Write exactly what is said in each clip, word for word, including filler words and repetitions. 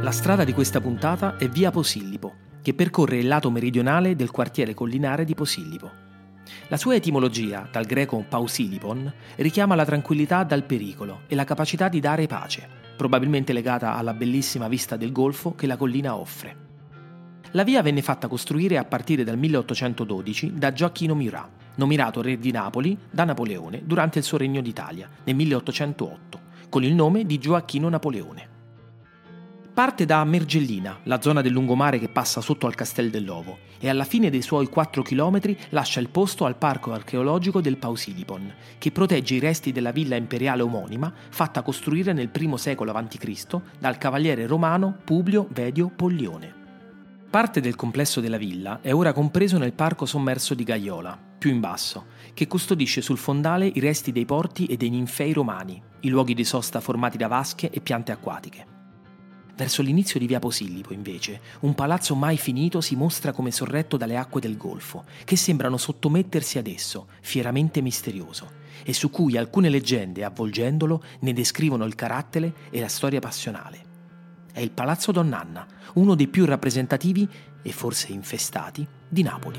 La strada di questa puntata è via Posillipo, che percorre il lato meridionale del quartiere collinare di Posillipo. La sua etimologia, dal greco pausilipon, richiama la tranquillità dal pericolo e la capacità di dare pace, probabilmente legata alla bellissima vista del golfo che la collina offre. La via venne fatta costruire a partire dal milleottocentododici da Gioacchino Murat, nominato re di Napoli da Napoleone durante il suo regno d'Italia nel milleottocentootto, con il nome di Gioacchino Napoleone. Parte da Mergellina, la zona del lungomare che passa sotto al Castel dell'Ovo, e alla fine dei suoi quattro chilometri lascia il posto al parco archeologico del Pausilipon, che protegge i resti della villa imperiale omonima fatta costruire nel primo secolo avanti Cristo dal cavaliere romano Publio Vedio Pollione. Parte del complesso della villa è ora compreso nel parco sommerso di Gaiola, più in basso, che custodisce sul fondale i resti dei porti e dei ninfei romani, i luoghi di sosta formati da vasche e piante acquatiche. Verso l'inizio di via Posillipo, invece, un palazzo mai finito si mostra come sorretto dalle acque del golfo, che sembrano sottomettersi ad esso, fieramente misterioso, e su cui alcune leggende, avvolgendolo, ne descrivono il carattere e la storia passionale. È il Palazzo Donn'Anna, uno dei più rappresentativi, e forse infestati, di Napoli.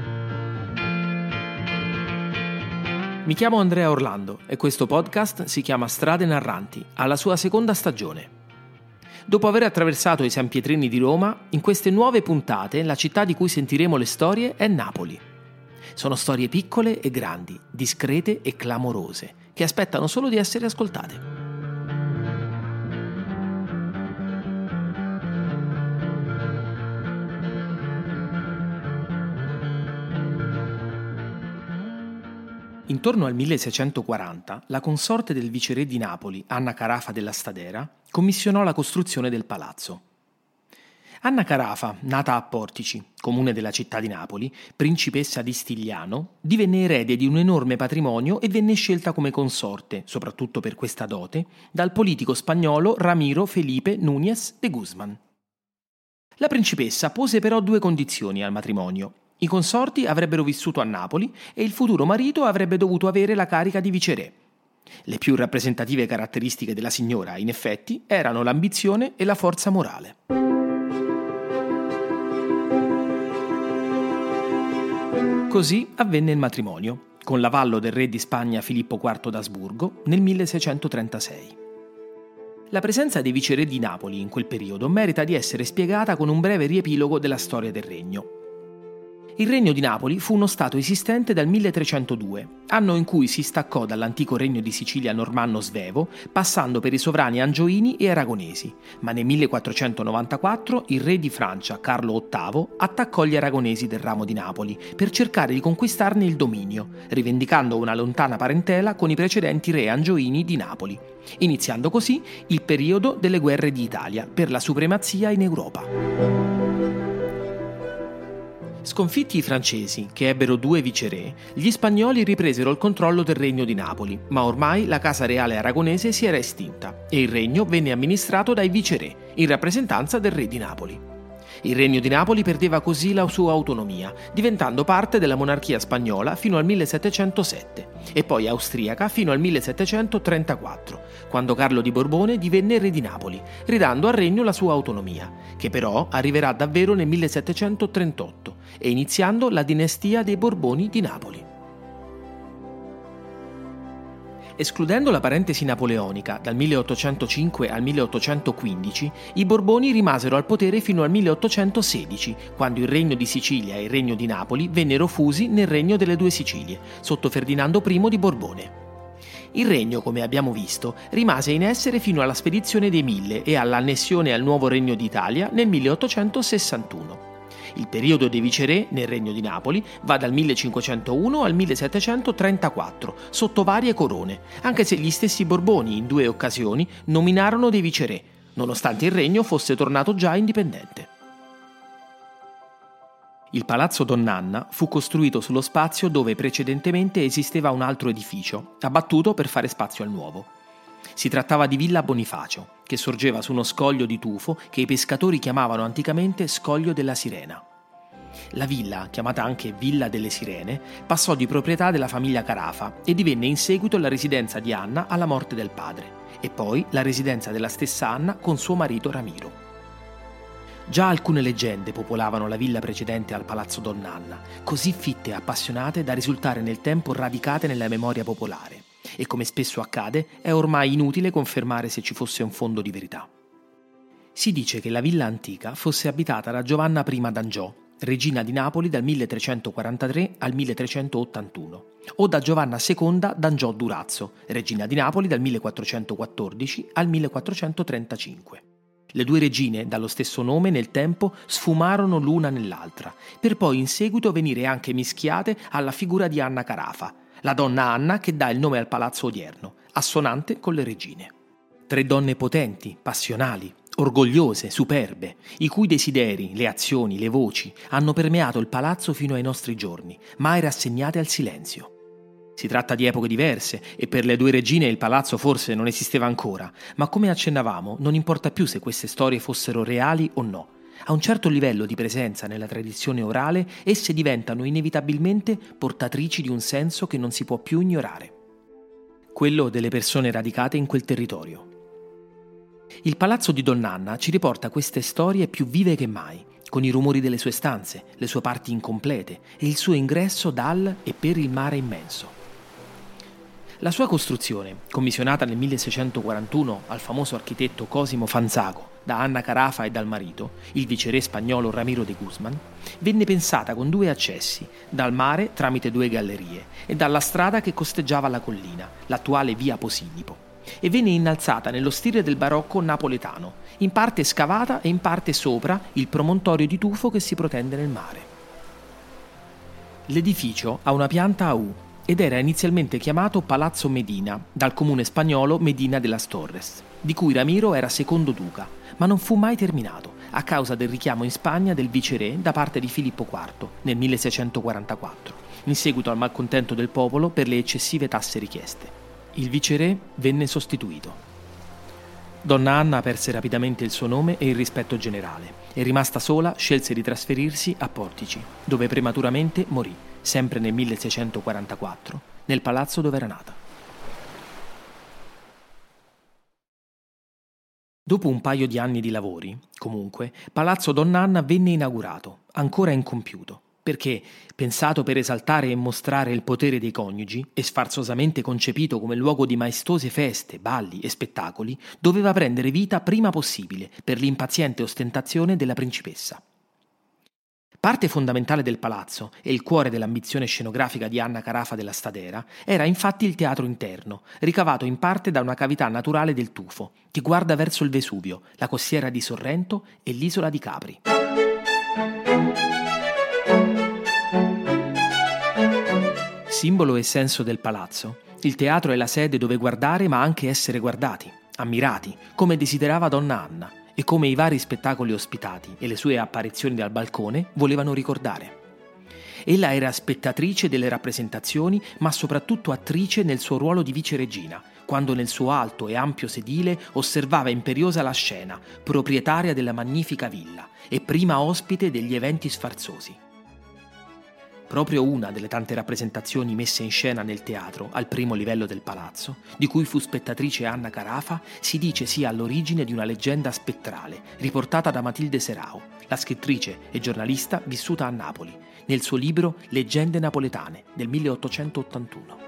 Mi chiamo Andrea Orlando e questo podcast si chiama Strade Narranti, alla sua seconda stagione. Dopo aver attraversato i San Pietrini di Roma, in queste nuove puntate la città di cui sentiremo le storie è Napoli. Sono storie piccole e grandi, discrete e clamorose, che aspettano solo di essere ascoltate. Intorno al milleseicentoquaranta, la consorte del viceré di Napoli, Anna Carafa della Stadera, commissionò la costruzione del palazzo. Anna Carafa, nata a Portici, comune della città di Napoli, principessa di Stigliano, divenne erede di un enorme patrimonio e venne scelta come consorte, soprattutto per questa dote, dal politico spagnolo Ramiro Felipe Núñez de Guzmán. La principessa pose però due condizioni al matrimonio. I consorti avrebbero vissuto a Napoli e il futuro marito avrebbe dovuto avere la carica di viceré. Le più rappresentative caratteristiche della signora, in effetti, erano l'ambizione e la forza morale. Così avvenne il matrimonio, con l'avallo del re di Spagna Filippo quarto d'Asburgo nel milleseicentotrentasei. La presenza dei viceré di Napoli in quel periodo merita di essere spiegata con un breve riepilogo della storia del regno. Il regno di Napoli fu uno stato esistente dal milletrecentodue, anno in cui si staccò dall'antico regno di Sicilia normanno svevo, passando per i sovrani angioini e aragonesi, ma nel millequattrocentonovantaquattro il re di Francia, Carlo ottavo, attaccò gli aragonesi del ramo di Napoli per cercare di conquistarne il dominio, rivendicando una lontana parentela con i precedenti re angioini di Napoli, iniziando così il periodo delle guerre di Italia per la supremazia in Europa. Sconfitti i francesi, che ebbero due viceré, gli spagnoli ripresero il controllo del regno di Napoli, ma ormai la casa reale aragonese si era estinta e il regno venne amministrato dai viceré, in rappresentanza del re di Napoli. Il regno di Napoli perdeva così la sua autonomia, diventando parte della monarchia spagnola fino al millesettecentosette e poi austriaca fino al millesettecentotrentaquattro, quando Carlo di Borbone divenne re di Napoli, ridando al regno la sua autonomia, che però arriverà davvero nel millesettecentotrentotto e iniziando la dinastia dei Borboni di Napoli. Escludendo la parentesi napoleonica dal milleottocentocinque al milleottocentoquindici, i Borboni rimasero al potere fino al milleottocentosedici, quando il Regno di Sicilia e il Regno di Napoli vennero fusi nel Regno delle Due Sicilie, sotto Ferdinando primo di Borbone. Il regno, come abbiamo visto, rimase in essere fino alla spedizione dei Mille e all'annessione al nuovo Regno d'Italia nel milleottocentosessantuno. Il periodo dei viceré nel Regno di Napoli va dal millecinquecentouno al millesettecentotrentaquattro, sotto varie corone, anche se gli stessi Borboni in due occasioni nominarono dei viceré, nonostante il regno fosse tornato già indipendente. Il Palazzo Donn'Anna fu costruito sullo spazio dove precedentemente esisteva un altro edificio, abbattuto per fare spazio al nuovo. Si trattava di Villa Bonifacio, che sorgeva su uno scoglio di tufo che i pescatori chiamavano anticamente Scoglio della Sirena. La villa, chiamata anche Villa delle Sirene, passò di proprietà della famiglia Carafa e divenne in seguito la residenza di Anna alla morte del padre, e poi la residenza della stessa Anna con suo marito Ramiro. Già alcune leggende popolavano la villa precedente al palazzo Donn'Anna, così fitte e appassionate da risultare nel tempo radicate nella memoria popolare, e come spesso accade è ormai inutile confermare se ci fosse un fondo di verità. Si dice che la villa antica fosse abitata da Giovanna I d'Angiò, regina di Napoli dal milletrecentoquarantatré al milletrecentottantuno, o da Giovanna seconda d'Angiò Durazzo, regina di Napoli dal millequattrocentoquattordici al millequattrocentotrentacinque. Le due regine, dallo stesso nome, nel tempo sfumarono l'una nell'altra, per poi in seguito venire anche mischiate alla figura di Anna Carafa, la donna Anna che dà il nome al palazzo odierno, assonante con le regine. Tre donne potenti, passionali, orgogliose, superbe, i cui desideri, le azioni, le voci hanno permeato il palazzo fino ai nostri giorni, mai rassegnate al silenzio. Si tratta di epoche diverse e per le due regine il palazzo forse non esisteva ancora, ma come accennavamo non importa più se queste storie fossero reali o no. A un certo livello di presenza nella tradizione orale, esse diventano inevitabilmente portatrici di un senso che non si può più ignorare: quello delle persone radicate in quel territorio. Il palazzo di Donn'Anna ci riporta queste storie più vive che mai, con i rumori delle sue stanze, le sue parti incomplete e il suo ingresso dal e per il mare immenso. La sua costruzione, commissionata nel milleseicentoquarantuno al famoso architetto Cosimo Fanzago da Anna Carafa e dal marito, il viceré spagnolo Ramiro de Guzman, venne pensata con due accessi, dal mare tramite due gallerie e dalla strada che costeggiava la collina, l'attuale via Posillipo, e venne innalzata nello stile del barocco napoletano, in parte scavata e in parte sopra il promontorio di tufo che si protende nel mare. L'edificio ha una pianta a U ed era inizialmente chiamato Palazzo Medina, dal comune spagnolo Medina de las Torres, di cui Ramiro era secondo duca, ma non fu mai terminato a causa del richiamo in Spagna del viceré da parte di Filippo quarto nel milleseicentoquarantaquattro, in seguito al malcontento del popolo per le eccessive tasse richieste. Il viceré venne sostituito. Donna Anna perse rapidamente il suo nome e il rispetto generale e, rimasta sola, scelse di trasferirsi a Portici, dove prematuramente morì, sempre nel milleseicentoquarantaquattro, nel palazzo dove era nata. Dopo un paio di anni di lavori, comunque, Palazzo Donn'Anna venne inaugurato, ancora incompiuto, perché, pensato per esaltare e mostrare il potere dei coniugi e sfarzosamente concepito come luogo di maestose feste, balli e spettacoli, doveva prendere vita prima possibile per l'impaziente ostentazione della principessa. Parte fondamentale del palazzo e il cuore dell'ambizione scenografica di Anna Carafa della Stadera era infatti il teatro interno, ricavato in parte da una cavità naturale del tufo, che guarda verso il Vesuvio, la costiera di Sorrento e l'isola di Capri. Simbolo e senso del palazzo, il teatro è la sede dove guardare ma anche essere guardati, ammirati, come desiderava Donna Anna, e come i vari spettacoli ospitati e le sue apparizioni dal balcone volevano ricordare. Ella era spettatrice delle rappresentazioni, ma soprattutto attrice nel suo ruolo di viceregina, quando nel suo alto e ampio sedile osservava imperiosa la scena, proprietaria della magnifica villa e prima ospite degli eventi sfarzosi. Proprio una delle tante rappresentazioni messe in scena nel teatro, al primo livello del palazzo, di cui fu spettatrice Anna Carafa, si dice sia all'origine di una leggenda spettrale, riportata da Matilde Serao, la scrittrice e giornalista vissuta a Napoli, nel suo libro Leggende napoletane, del milleottocentottantuno.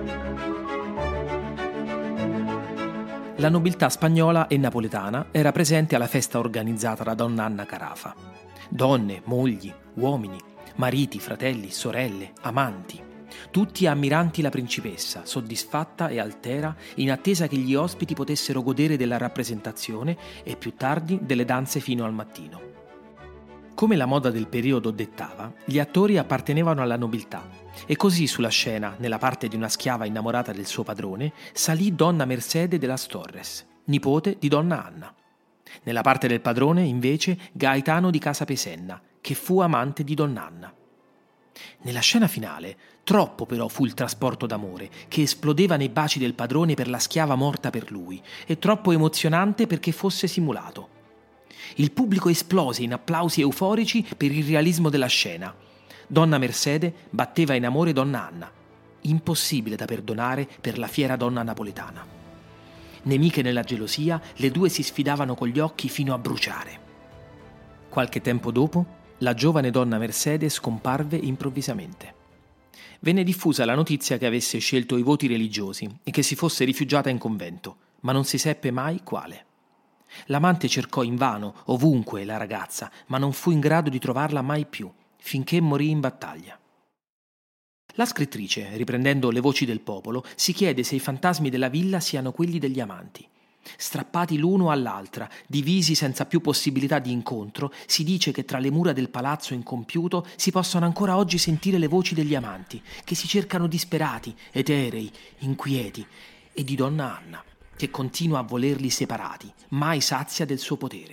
La nobiltà spagnola e napoletana era presente alla festa organizzata da Donna Anna Carafa. Donne, mogli, uomini, mariti, fratelli, sorelle, amanti, tutti ammiranti la principessa, soddisfatta e altera, in attesa che gli ospiti potessero godere della rappresentazione e più tardi delle danze fino al mattino. Come la moda del periodo dettava, gli attori appartenevano alla nobiltà e così sulla scena, nella parte di una schiava innamorata del suo padrone, salì Donna Mercede de las Torres, nipote di Donna Anna. Nella parte del padrone, invece, Gaetano di Casa Pesenna, che fu amante di Donna Anna. Nella scena finale, troppo però fu il trasporto d'amore, che esplodeva nei baci del padrone per la schiava morta per lui, e troppo emozionante perché fosse simulato. Il pubblico esplose in applausi euforici per il realismo della scena. Donna Mercede batteva in amore Donna Anna, impossibile da perdonare per la fiera donna napoletana. Nemiche nella gelosia, le due si sfidavano con gli occhi fino a bruciare. Qualche tempo dopo, la giovane donna Mercedes scomparve improvvisamente. Venne diffusa la notizia che avesse scelto i voti religiosi e che si fosse rifugiata in convento, ma non si seppe mai quale. L'amante cercò invano, ovunque, la ragazza, ma non fu in grado di trovarla mai più, finché morì in battaglia. La scrittrice, riprendendo le voci del popolo, si chiede se i fantasmi della villa siano quelli degli amanti. Strappati l'uno all'altra, divisi senza più possibilità di incontro, si dice che tra le mura del palazzo incompiuto si possono ancora oggi sentire le voci degli amanti, che si cercano disperati, eterei, inquieti, e di donna Anna, che continua a volerli separati, mai sazia del suo potere.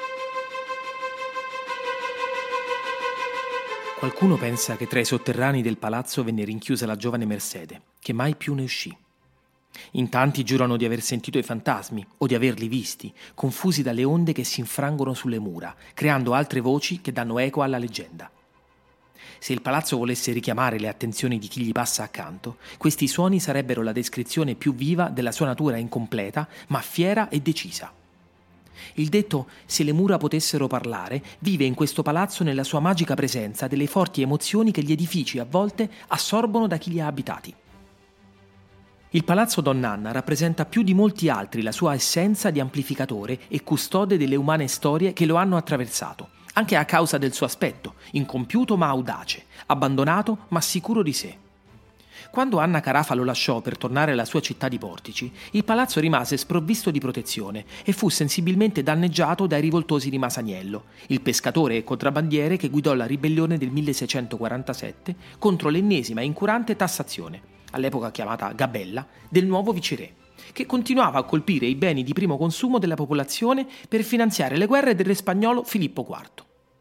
Qualcuno pensa che tra i sotterranei del palazzo venne rinchiusa la giovane Mercede, che mai più ne uscì. In tanti giurano di aver sentito i fantasmi o di averli visti, confusi dalle onde che si infrangono sulle mura, creando altre voci che danno eco alla leggenda. Se il palazzo volesse richiamare le attenzioni di chi gli passa accanto, questi suoni sarebbero la descrizione più viva della sua natura incompleta, ma fiera e decisa. Il detto «se le mura potessero parlare» vive in questo palazzo nella sua magica presenza delle forti emozioni che gli edifici a volte assorbono da chi li ha abitati. Il palazzo Donn'Anna rappresenta più di molti altri la sua essenza di amplificatore e custode delle umane storie che lo hanno attraversato, anche a causa del suo aspetto, incompiuto ma audace, abbandonato ma sicuro di sé. Quando Anna Carafa lo lasciò per tornare alla sua città di Portici, il palazzo rimase sprovvisto di protezione e fu sensibilmente danneggiato dai rivoltosi di Masaniello, il pescatore e contrabbandiere che guidò la ribellione del milleseicentoquarantasette contro l'ennesima e incurante tassazione, all'epoca chiamata gabella, del nuovo viceré, che continuava a colpire i beni di primo consumo della popolazione per finanziare le guerre del re spagnolo Filippo quarto.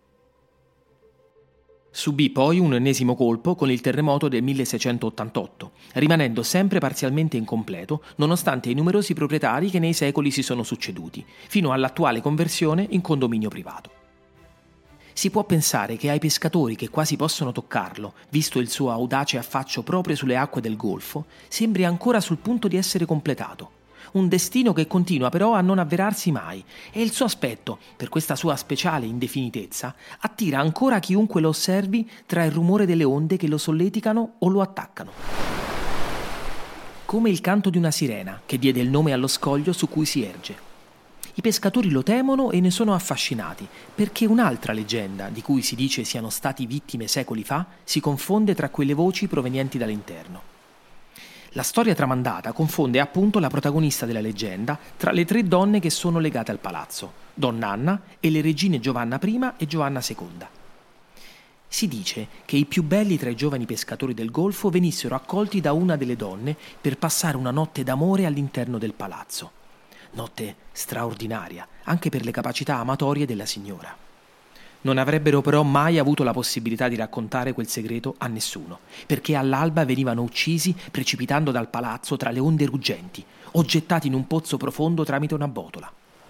Subì poi un ennesimo colpo con il terremoto del milleseicentottantotto, rimanendo sempre parzialmente incompleto nonostante i numerosi proprietari che nei secoli si sono succeduti, fino all'attuale conversione in condominio privato. Si può pensare che ai pescatori che quasi possono toccarlo, visto il suo audace affaccio proprio sulle acque del Golfo, sembri ancora sul punto di essere completato. Un destino che continua però a non avverarsi mai, e il suo aspetto, per questa sua speciale indefinitezza, attira ancora chiunque lo osservi tra il rumore delle onde che lo solleticano o lo attaccano. Come il canto di una sirena che diede il nome allo scoglio su cui si erge. I pescatori lo temono e ne sono affascinati, perché un'altra leggenda, di cui si dice siano stati vittime secoli fa, si confonde tra quelle voci provenienti dall'interno. La storia tramandata confonde appunto la protagonista della leggenda tra le tre donne che sono legate al palazzo, Donn'Anna e le regine Giovanna prima e Giovanna seconda. Si dice che i più belli tra i giovani pescatori del Golfo venissero accolti da una delle donne per passare una notte d'amore all'interno del palazzo. Notte straordinaria, anche per le capacità amatorie della signora. Non avrebbero però mai avuto la possibilità di raccontare quel segreto a nessuno, perché all'alba venivano uccisi precipitando dal palazzo tra le onde ruggenti, o gettati in un pozzo profondo tramite una botola.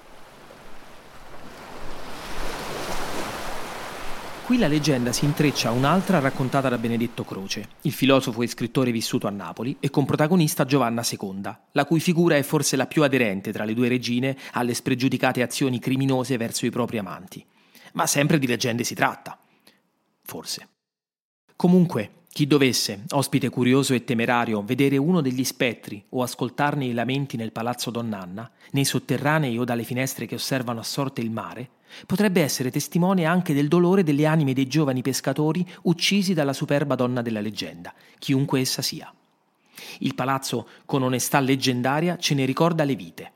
Qui la leggenda si intreccia a un'altra raccontata da Benedetto Croce, il filosofo e scrittore vissuto a Napoli e con protagonista Giovanna seconda, la cui figura è forse la più aderente tra le due regine alle spregiudicate azioni criminose verso i propri amanti. Ma sempre di leggende si tratta. Forse. Comunque, chi dovesse, ospite curioso e temerario, vedere uno degli spettri o ascoltarne i lamenti nel palazzo Donn'Anna, nei sotterranei o dalle finestre che osservano a sorte il mare, potrebbe essere testimone anche del dolore delle anime dei giovani pescatori uccisi dalla superba donna della leggenda, chiunque essa sia. Il palazzo, con onestà leggendaria, ce ne ricorda le vite.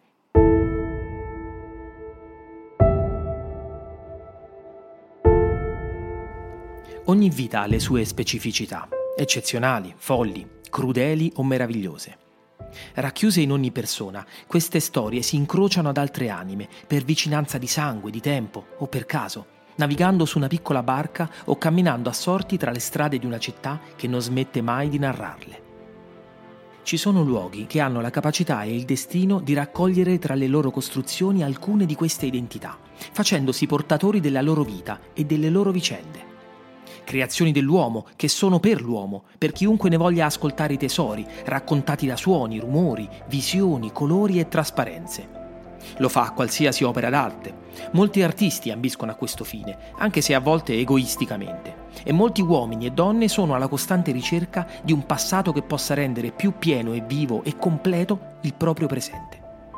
Ogni vita ha le sue specificità, eccezionali, folli, crudeli o meravigliose. Racchiuse in ogni persona, queste storie si incrociano ad altre anime per vicinanza di sangue, di tempo o per caso, navigando su una piccola barca o camminando assorti tra le strade di una città che non smette mai di narrarle. Ci sono luoghi che hanno la capacità e il destino di raccogliere tra le loro costruzioni alcune di queste identità, facendosi portatori della loro vita e delle loro vicende. Creazioni dell'uomo che sono per l'uomo, per chiunque ne voglia ascoltare i tesori, raccontati da suoni, rumori, visioni, colori e trasparenze. Lo fa a qualsiasi opera d'arte, Molti artisti ambiscono a questo fine, anche se a volte egoisticamente, e molti uomini e donne sono alla costante ricerca di un passato che possa rendere più pieno e vivo e completo il proprio presente.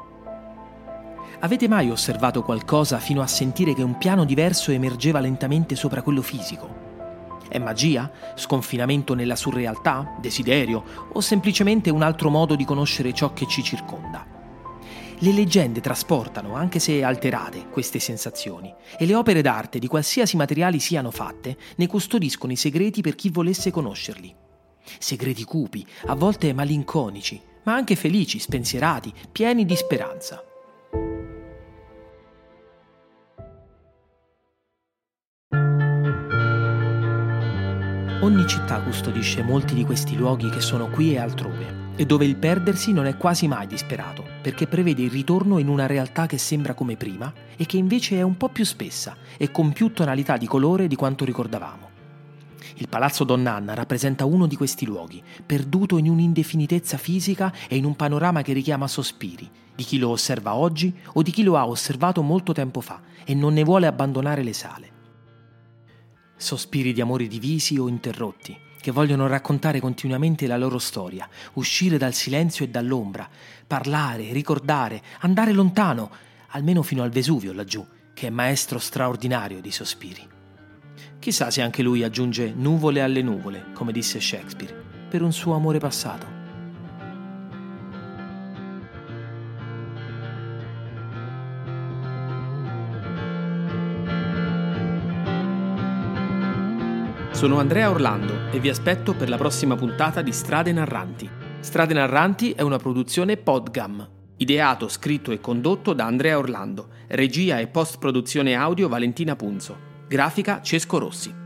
Avete mai osservato qualcosa fino a sentire che un piano diverso emergeva lentamente sopra quello fisico? È magia? Sconfinamento nella surrealtà? Desiderio? O semplicemente un altro modo di conoscere ciò che ci circonda? Le leggende trasportano, anche se alterate, queste sensazioni, e le opere d'arte, di qualsiasi materiali siano fatte, ne custodiscono i segreti per chi volesse conoscerli. Segreti cupi, a volte malinconici, ma anche felici, spensierati, pieni di speranza. Ogni città custodisce molti di questi luoghi che sono qui e altrove, e dove il perdersi non è quasi mai disperato, perché prevede il ritorno in una realtà che sembra come prima e che invece è un po' più spessa e con più tonalità di colore di quanto ricordavamo. Il Palazzo Donn'Anna rappresenta uno di questi luoghi, perduto in un'indefinitezza fisica e in un panorama che richiama sospiri, di chi lo osserva oggi o di chi lo ha osservato molto tempo fa e non ne vuole abbandonare le sale. Sospiri di amori divisi o interrotti, che vogliono raccontare continuamente la loro storia, uscire dal silenzio e dall'ombra, parlare, ricordare, andare lontano, almeno fino al Vesuvio laggiù, che è maestro straordinario di sospiri. Chissà se anche lui aggiunge nuvole alle nuvole, come disse Shakespeare, per un suo amore passato. Sono Andrea Orlando e vi aspetto per la prossima puntata di Strade Narranti. Strade Narranti è una produzione Podgam, ideato, scritto e condotto da Andrea Orlando, regia e post-produzione audio Valentina Punzo, grafica Cesco Rossi.